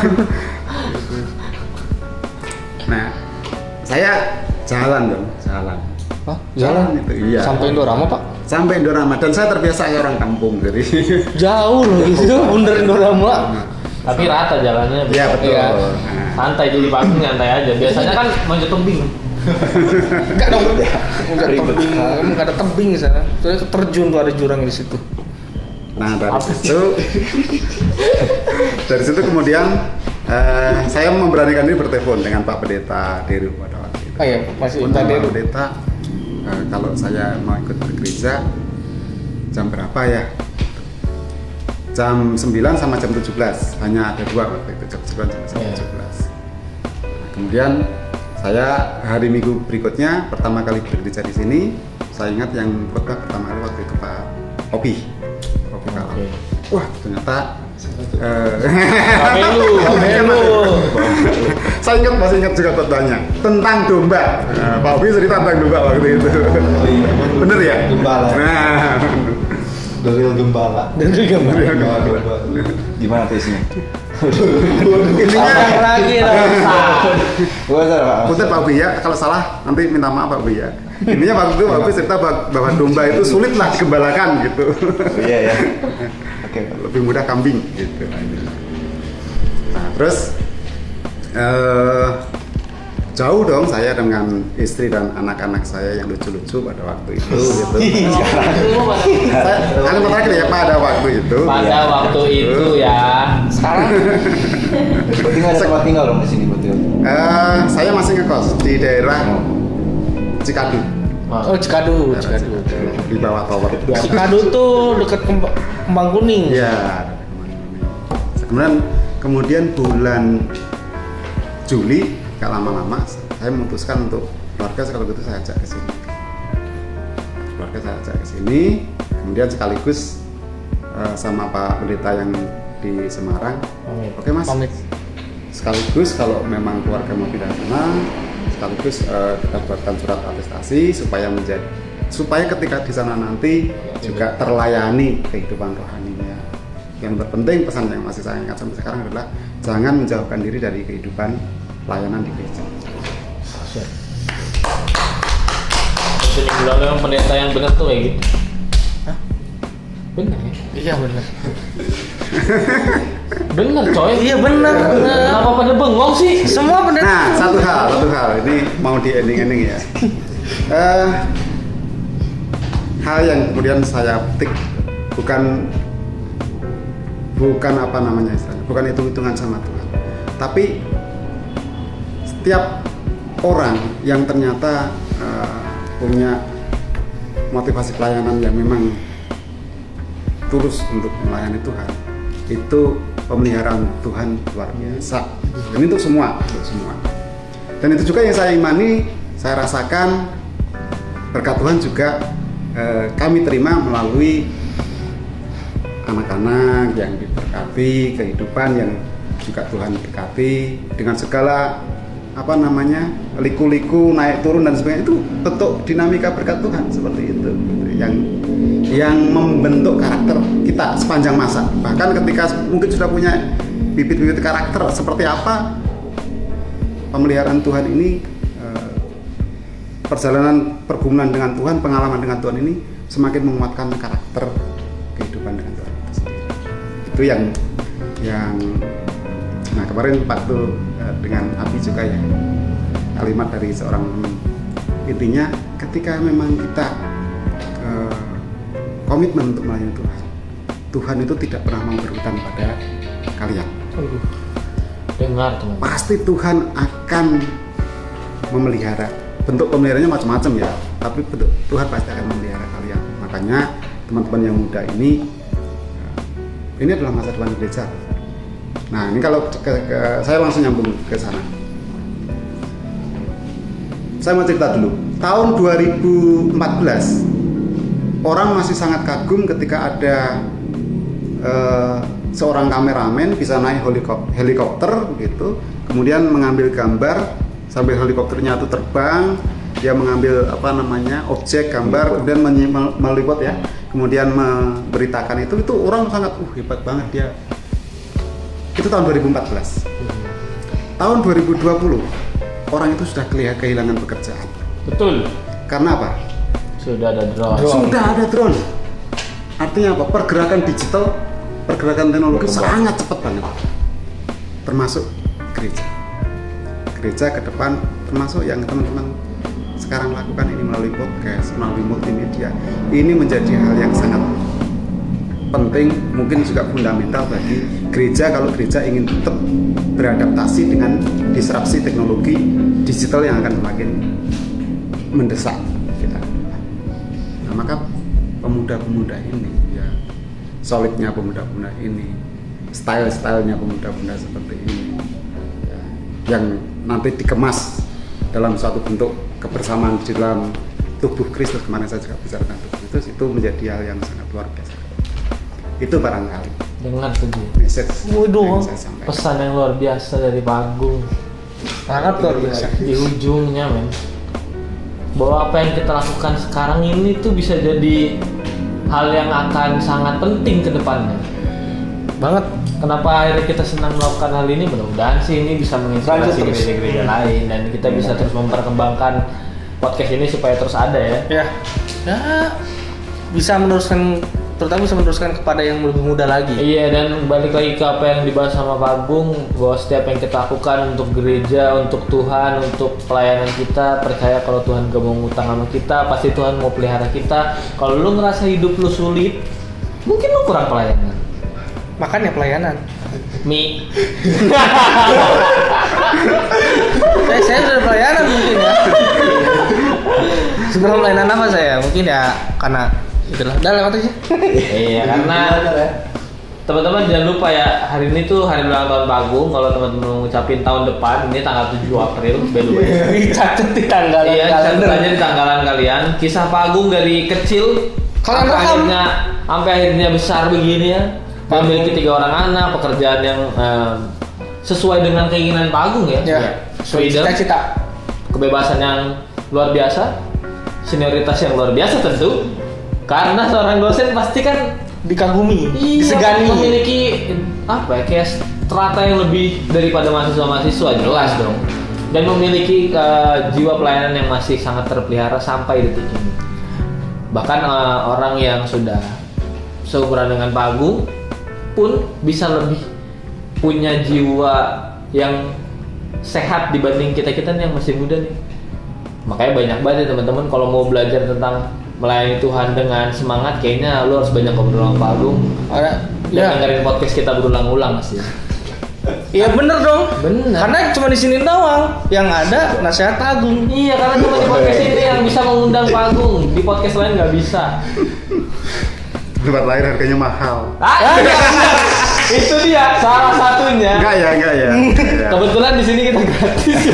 S4: Nah, saya jalan dong, jalan.
S2: Hah? Jalan?
S4: itu, iya.
S2: Sampai Indorama, Pak?
S4: Sampai Indorama dan saya terbiasa saya orang kampung jadi.
S2: Jauh loh gitu, Bunder Indorama.
S1: Tapi rata jalannya.
S4: Iya betul.
S2: Iya.
S4: Nah,
S1: Santai jadi pagi nyantai aja. Biasanya kan manjat tebing.
S2: Enggak dong. Enggak tebing, emang enggak ada tebing di sana. Soalnya terjun tuh ada jurang di situ.
S4: Nah dari situ, dari situ kemudian eh, saya memberanikan diri bertelepon dengan Pak Pendeta Deru pada waktu itu.
S2: Oh iya, masih
S4: Telepon
S2: Pak
S4: sama
S2: Deru.
S4: Pak Pendeta, eh, kalau saya mau ikut ke gereja jam berapa ya? Jam sembilan sama jam tujuh belas, hanya ada dua waktu itu, jam sembilan sama jam
S1: Iya.
S4: tujuh belas. Nah, kemudian saya hari Minggu berikutnya pertama kali bergereja di sini, saya ingat yang khotbah pertama kali waktu itu Pak Obi. Obi Kalam.
S1: Oke.
S4: Wah ternyata eh,
S1: Kafe lu, kafe lu.
S4: saya ingat masih ingat juga khotbahnya tentang domba. Nah, Pak Obi cerita tentang domba waktu itu. Bener ya?
S3: Gembala.
S4: Nah,
S3: Dari gembala.
S2: Dan juga Mbak.
S3: Gembala, gembala. Gimana tesnya?
S4: intinya
S2: Orang lagi dong.
S3: Gua salah, Pak.
S4: Punten Pak Obi ya, kalau salah nanti minta maaf Pak Obi ya. Intinya waktu itu Pak Obi cerita bah- bahwa domba itu sulit lah digembalakan gitu.
S3: Oh, iya ya. Oke, Pak.
S4: Lebih mudah kambing gitu. Nah terus eh, jauh dong saya dengan istri dan anak-anak saya yang lucu-lucu pada waktu itu gitu. Saya akan terakhir ya pada waktu itu.
S1: Pada waktu itu ya.
S2: Sekarang
S3: Berarti nggak ada tempat tinggal dong di sini berarti.
S4: Eh, saya masih ngekos di daerah Cikadu.
S2: oh Cikadu, Cikadu.
S4: Di bawah tower.
S2: Cikadu tuh dekat Kemb- Kembang Kuning.
S4: Iya. Kemudian kemudian bulan Juli, gak lama-lama saya memutuskan untuk keluarga kalau gitu saya ajak ke sini. Keluarga saya ajak ke sini, kemudian sekaligus eh, sama Pak Pendeta yang di Semarang. Oke Mas.
S2: Pamit.
S4: Sekaligus kalau memang keluarga mau pindah sana, sekaligus eh, kita buatkan surat atestasi supaya menjadi supaya ketika di sana nanti juga terlayani kehidupan rohaninya. Yang terpenting pesan yang masih saya ingat sampai sekarang adalah jangan menjauhkan diri dari kehidupan layanan di gereja.
S1: Itu minggu lalu yang pendeta yang benar tuh kayak gitu.
S2: Hah?
S1: Bener ya?
S2: Iya benar.
S1: Bener coy.
S2: Iya benar, benar.
S1: Kenapa pada bengong sih?
S2: Semua benar.
S4: Nah, satu hal, satu hal ini mau di ending-ending ya. Eh, hal yang kemudian saya petik bukan bukan apa namanya istilahnya, bukan hitung-hitungan sama Tuhan, tapi setiap orang yang ternyata eh, punya motivasi pelayanan yang memang tulus untuk melayani Tuhan, itu pemeliharaan Tuhan luar biasa. Dan itu untuk semua, untuk semua. Dan itu juga yang saya imani, saya rasakan berkat Tuhan juga eh, kami terima melalui anak-anak yang diberkati, kehidupan yang juga Tuhan berkati dengan segala apa namanya liku-liku naik turun dan sebagainya, itu bentuk dinamika berkat Tuhan seperti itu yang yang membentuk karakter kita sepanjang masa. Bahkan ketika mungkin sudah punya bibit-bibit karakter seperti apa, pemeliharaan Tuhan ini, eh, perjalanan pergumulan dengan Tuhan, pengalaman dengan Tuhan ini semakin menguatkan karakter kehidupan dengan Tuhan itu sendiri. Itu yang yang nah kemarin waktu eh, dengan Abi juga ya, kalimat dari seorang intinya ketika memang kita eh, komitmen untuk melayani Tuhan, Tuhan itu tidak pernah mau berhutang pada kalian.
S1: Aduh. Dengar teman.
S4: Pasti Tuhan akan memelihara. Bentuk pemeliharaannya macam-macam ya, tapi bentuk Tuhan pasti akan memelihara kalian. Makanya teman-teman yang muda ini, ini adalah masa depan gereja. Nah ini kalau ke, ke, saya langsung nyambung ke sana. Saya mau cerita dulu. Tahun dua ribu empat belas orang masih sangat kagum ketika ada eh, seorang kameramen bisa naik helikop- helikopter gitu, kemudian mengambil gambar sambil helikopternya itu terbang, dia mengambil apa namanya objek gambar, kemudian menyi- meliput ya, kemudian memberitakan itu, itu orang sangat uh hebat banget dia. Itu tahun dua ribu empat belas. Tahun dua ribu dua puluh orang itu sudah kehilangan pekerjaan.
S1: Betul.
S4: Karena apa?
S1: Sudah ada drone.
S2: Drone.
S4: Sudah ada drone. Artinya apa? Pergerakan digital, pergerakan teknologi
S1: Berkembang.
S4: sangat cepat banget. Termasuk gereja. Gereja ke depan, termasuk yang teman-teman sekarang lakukan ini melalui podcast, melalui multimedia. Ini menjadi hal yang sangat penting, mungkin juga fundamental bagi gereja kalau gereja ingin tetap beradaptasi dengan disrupsi teknologi digital yang akan semakin mendesak kita. Nah, maka pemuda-pemuda ini ya, solidnya pemuda-pemuda ini, style-stylenya pemuda-pemuda seperti ini ya, yang nanti dikemas dalam suatu bentuk kebersamaan di dalam tubuh Kristus. Kemarin saya juga bicara tentang tubuh Kristus, itu menjadi hal yang sangat luar biasa. Itu barangkali
S1: Dengar tuh
S4: message
S2: Waduh,
S4: yang saya sampaikan.
S1: pesan yang luar biasa dari Pak Agung
S2: sangat luar biasa.
S1: di ujungnya, men. Bahwa apa yang kita lakukan sekarang ini tuh bisa jadi hal yang akan sangat penting ke depannya.
S2: Banget.
S1: Kenapa akhirnya kita senang melakukan hal ini? Mudah-mudahan sih ini bisa menginspirasi
S2: Lanjut terus.
S1: gereja-gereja lain dan kita bisa terus memperkembangkan podcast ini supaya terus ada ya.
S2: Ya. Ya bisa meneruskan, terutama bisa meneruskan kepada yang lebih muda lagi.
S1: Iya, dan balik lagi ke apa yang dibahas sama Pak Agung, bahwa setiap yang kita lakukan untuk gereja, untuk Tuhan, untuk pelayanan kita, percaya kalau Tuhan gak mau ngutang sama kita, pasti Tuhan mau pelihara kita. Kalau lu ngerasa hidup lu sulit, mungkin lu kurang pelayanan.
S2: Makanya pelayanan.
S1: Mi.
S2: saya, saya sudah pelayanan mungkin ya. Sebelum pelayanan apa saya? Mungkin ya karena itulah. Udah lewat aja.
S1: Iya, karena teman-teman jangan lupa ya, hari ini tuh hari ulang tahun Pak Agung. Kalau teman-teman mau ngucapin tahun depan, ini tanggal tujuh April, by the way.
S2: Catat di tanggal.
S1: Iya, catat aja di tanggalan kalian. Kisah Pak Agung dari kecil
S2: Kalian
S1: sampai
S2: rekam.
S1: akhirnya sampai akhirnya besar begini ya. Memiliki tiga orang anak, pekerjaan yang eh, sesuai dengan keinginan Pak Agung ya.
S2: Ya.
S1: Freedom,
S2: Cita-cita.
S1: kebebasan yang luar biasa, senioritas yang luar biasa tentu. Karena seorang dosen pasti kan
S2: Dikagumi,
S1: iya,
S2: disegani.
S1: memiliki apa ya, kayak strata yang lebih daripada mahasiswa-mahasiswa, jelas dong. Dan memiliki uh, jiwa pelayanan yang masih sangat terpelihara sampai detik ini. Bahkan uh, orang yang sudah seumuran dengan Pak Agung pun bisa lebih punya jiwa yang sehat dibanding kita-kita nih yang masih muda nih. Makanya banyak banget ya teman-teman, kalau mau belajar tentang melayani Tuhan dengan semangat, kayaknya lu harus banyak ngobrol sama Pak Agung.
S2: Ada.
S1: Dan
S2: Ya.
S1: dengerin podcast kita berulang-ulang sih.
S2: Iya bener dong.
S1: Bener.
S2: Karena cuma di sini doang yang ada nasihat Agung.
S1: Iya, karena cuma di podcast ini yang bisa mengundang Pak Agung. Di podcast lain nggak bisa.
S4: Tempat lain harganya mahal.
S1: Ah, iya, itu dia salah satunya.
S4: Enggak ya, enggak ya. Ya.
S1: Kebetulan di sini kita gratis ya.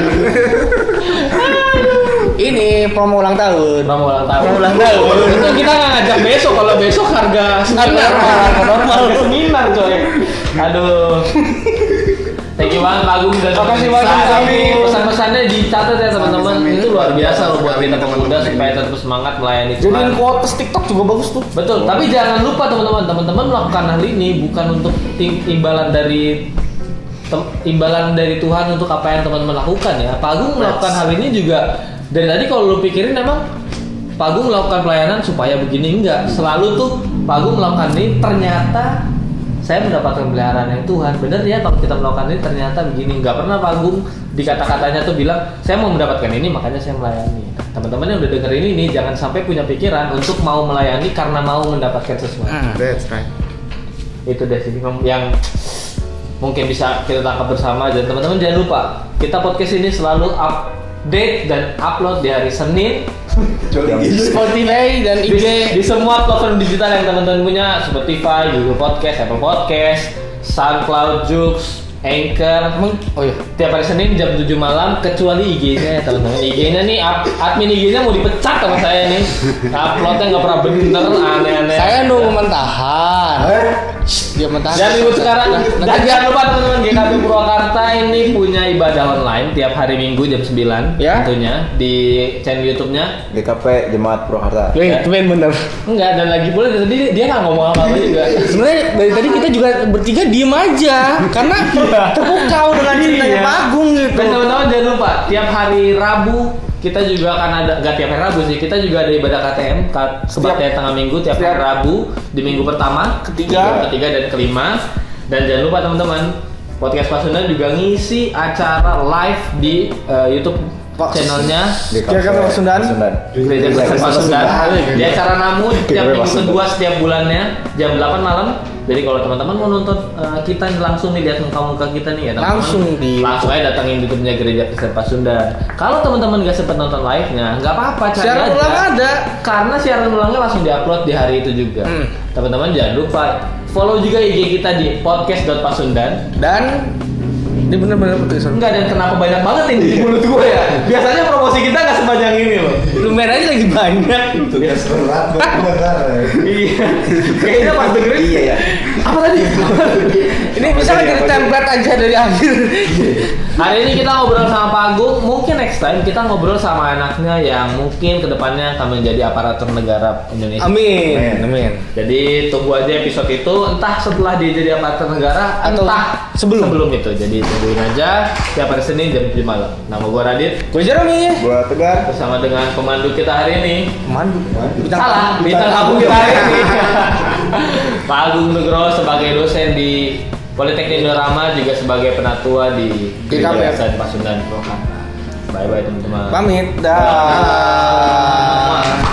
S2: Ini promo ulang tahun.
S1: Promo ulang tahun.
S2: Promo ulang tahun.
S1: Itu kita nggak ngajak besok, kalau besok harga seminar.
S2: Harga normal.
S1: Seminar coy. Aduh. Thank you banget Pak Agung dan
S2: Makasih banyak,
S1: Sa-
S2: Agung.
S1: Pesan-pesannya dicatat ya teman-teman.
S4: Amin.
S1: Itu luar biasa loh buat
S4: Amin,
S1: kita
S4: teman-teman.
S1: pemuda supaya tetap semangat melayani Tuhan.
S2: Jadiin quotes TikTok juga bagus tuh.
S1: Betul, tapi jangan lupa teman-teman, teman-teman melakukan hal ini bukan untuk tim imbalan dari tem- imbalan dari Tuhan untuk apa yang teman-teman lakukan ya. Pak Agung melakukan hal ini juga dari tadi kalau lu pikirin emang Pak Agung melakukan pelayanan supaya begini, enggak. Selalu tuh Pak Agung melakukan ini ternyata saya mendapatkan peliharaan yang Tuhan. Bener ya kalau kita melakukan ini ternyata begini. Enggak pernah Pak Agung di kata-katanya tuh bilang saya mau mendapatkan ini makanya saya melayani. Nah, teman-teman yang udah dengerin ini jangan sampai punya pikiran untuk mau melayani karena mau mendapatkan sesuatu.
S4: That's right.
S1: Itu deh sih yang mungkin bisa kita tangkap bersama. Dan teman-teman jangan lupa kita podcast ini selalu update dan upload di hari Senin
S2: Spotify dan I
S1: di,
S2: G.
S1: di semua platform digital yang teman-teman punya, Spotify, Google Podcast, Apple Podcast, SoundCloud, Joox, Anchor.
S2: Emang, oh iya.
S1: Tiap hari Senin jam tujuh malam kecuali I G-nya ya teman-teman. I G-nya nih ad- admin I G-nya mau dipecat sama saya nih. Uploadnya nggak pernah bener, aneh-aneh.
S2: Saya nunggu mentahan. Dia mentah.
S1: Dan ribut sekarang.
S2: Nah,
S1: Dan
S2: nanti
S1: jangan lupa teman-teman G K P Purwakarta ini punya ibadah online tiap hari Minggu jam sembilan
S2: Ya.
S1: tentunya di channel YouTube-nya.
S3: G K P Jemaat Purwakarta.
S2: Wih, itu main bener.
S1: Enggak, dan lagi pula tadi dia nggak ngomong apa-apa juga.
S2: Sebenarnya dari tadi kita juga bertiga diem aja karena terpukau dengan ceritanya
S1: Iya.
S2: Pak Agung gitu.
S1: Dan teman-teman jangan lupa tiap hari Rabu kita juga akan ada, nggak tiap hari Rabu sih, kita juga ada ibadah K T M, ka- kebaktian tengah minggu tiap hari
S2: setiap-
S1: Rabu di minggu pertama,
S2: Ketiga.
S1: ketiga dan kelima. Dan jangan lupa teman-teman, podcast Pasundan juga ngisi acara live di eh, YouTube
S2: Pak.
S1: channelnya
S3: G K P
S2: Jakarta Pasundan.
S1: Gereja Kristen Pasundan. Di acara Namu tiap minggu
S3: Pasundan.
S1: kedua setiap bulannya jam delapan malam. Jadi kalau teman-teman mau nonton uh, kita langsung nih, lihat muka-muka kita nih ya teman-teman.
S2: Langsung di-
S1: langsung aja datangin YouTube-nya Gereja Kristen Pasundan. Kalau teman-teman gak sempat nonton live-nya, nggak apa-apa, cari
S2: Siaran
S1: aja.
S2: ulang ada.
S1: Karena siaran ulangnya langsung diupload di hari itu juga.
S2: Hmm.
S1: Teman-teman jangan lupa follow juga I G kita di podcast dot pasundan.
S2: Dan ini bener-bener putus.
S1: Enggak, dan kenapa banyak banget ini di mulut gue ya? Biasanya promosi kita nggak sepanjang ini loh.
S2: Lumayan aja lagi banyak.
S3: Tugas berat buat pendengar.
S1: Iya. Kayaknya pas dengerin.
S3: Iya ya.
S1: Apa tadi?
S2: Ini misalnya jadi template aja dari akhir.
S1: Hari ini kita ngobrol sama Pak Agung. Mungkin next time kita ngobrol sama anaknya yang mungkin kedepannya akan menjadi aparatur negara Indonesia.
S2: Amin. Amin.
S1: Jadi tunggu aja episode itu, entah setelah dia jadi aparatur negara,
S2: Atau
S1: entah
S2: sebelum.
S1: sebelum itu. Jadi tungguin aja tiap hari Senin jam tujuh malam. Nama gue Radit
S2: Gue Jeremy.
S3: Gua Tegar.
S1: bersama dengan pemandu kita hari ini.
S2: Mandu.
S1: Salah, bintang tamu kita hari ini. Pak Agung Nugroho sebagai dosen di Politeknik Indorama, juga sebagai penatua di
S2: G K P
S1: Gereja Pasundan Purwakarta. Bye bye teman-teman.
S2: Pamit. Dah.
S1: Dah.